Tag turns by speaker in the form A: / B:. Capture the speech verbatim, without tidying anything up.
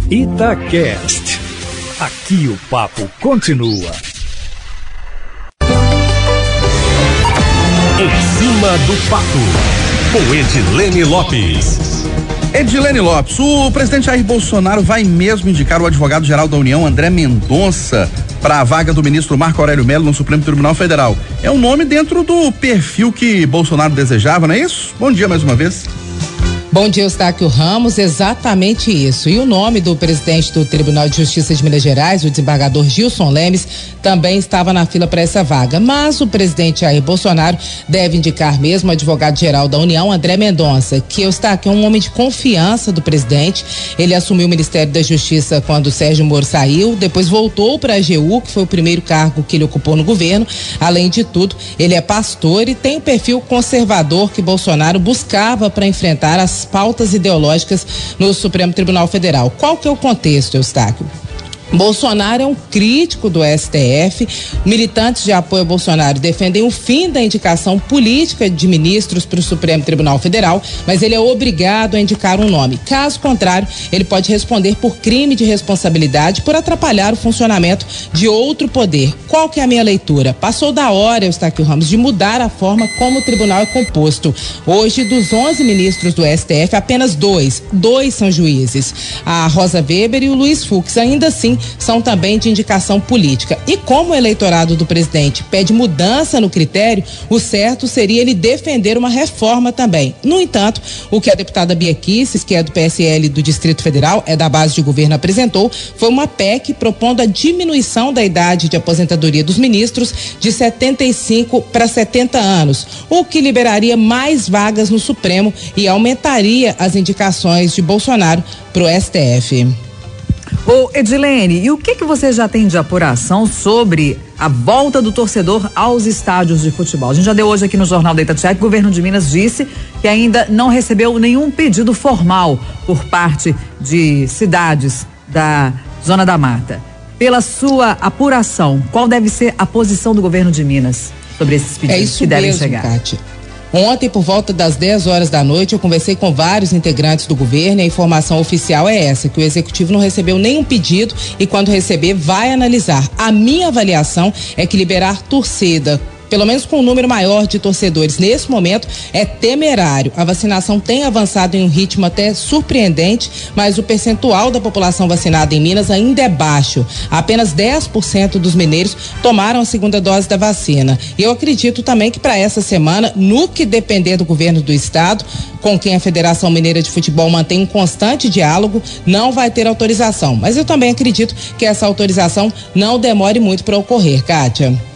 A: Itacast. Aqui o papo continua.
B: Em cima do papo, com Edilene Lopes.
C: Edilene Lopes, o presidente Jair Bolsonaro vai mesmo indicar o advogado-geral da União, André Mendonça, para a vaga do ministro Marco Aurélio Mello no Supremo Tribunal Federal. É um nome dentro do perfil que Bolsonaro desejava, não é isso? Bom dia mais uma vez.
D: Bom dia, Eustáquio Ramos, exatamente isso. E o nome do presidente do Tribunal de Justiça de Minas Gerais, o desembargador Gilson Lemes, também estava na fila para essa vaga. Mas o presidente Jair Bolsonaro deve indicar mesmo o advogado-geral da União, André Mendonça, que, Eustáquio, é um homem de confiança do presidente. Ele assumiu o Ministério da Justiça quando o Sérgio Moro saiu, depois voltou para a A G U, que foi o primeiro cargo que ele ocupou no governo. Além de tudo, ele é pastor e tem o perfil conservador que Bolsonaro buscava para enfrentar as pautas ideológicas no Supremo Tribunal Federal. Qual que é o contexto, Eustáquio? Bolsonaro é um crítico do S T F. Militantes de apoio a Bolsonaro defendem o fim da indicação política de ministros para o Supremo Tribunal Federal, mas ele é obrigado a indicar um nome. Caso contrário, ele pode responder por crime de responsabilidade por atrapalhar o funcionamento de outro poder. Qual que é a minha leitura? Passou da hora, Eustáquio Ramos, de mudar a forma como o tribunal é composto. Hoje, dos onze ministros do S T F, apenas dois, dois são juízes. A Rosa Weber e o Luiz Fux. Ainda assim, são também de indicação política. E como o eleitorado do presidente pede mudança no critério, o certo seria ele defender uma reforma também. No entanto, o que a deputada Bia Kicis, que é do P S L do Distrito Federal, é da base de governo, apresentou, foi uma P E C propondo a diminuição da idade de aposentadoria dos ministros de setenta e cinco para setenta anos, o que liberaria mais vagas no Supremo e aumentaria as indicações de Bolsonaro para o S T F.
E: Ô Edilene, e o que que você já tem de apuração sobre a volta do torcedor aos estádios de futebol? A gente já deu hoje aqui no Jornal da Itatiaia que o governo de Minas disse que ainda não recebeu nenhum pedido formal por parte de cidades da Zona da Mata. Pela sua apuração, qual deve ser a posição do governo de Minas sobre esses pedidos
D: é isso
E: que devem
D: mesmo,
E: chegar?
D: Kátia. Ontem, por volta das dez horas da noite, eu conversei com vários integrantes do governo e a informação oficial é essa, que o executivo não recebeu nenhum pedido e quando receber vai analisar. A minha avaliação é que liberar torcida, pelo menos com um número maior de torcedores nesse momento, é temerário. A vacinação tem avançado em um ritmo até surpreendente, mas o percentual da população vacinada em Minas ainda é baixo. Apenas dez por cento dos mineiros tomaram a segunda dose da vacina. E eu acredito também que para essa semana, no que depender do governo do estado, com quem a Federação Mineira de Futebol mantém um constante diálogo, não vai ter autorização. Mas eu também acredito que essa autorização não demore muito para ocorrer, Kátia.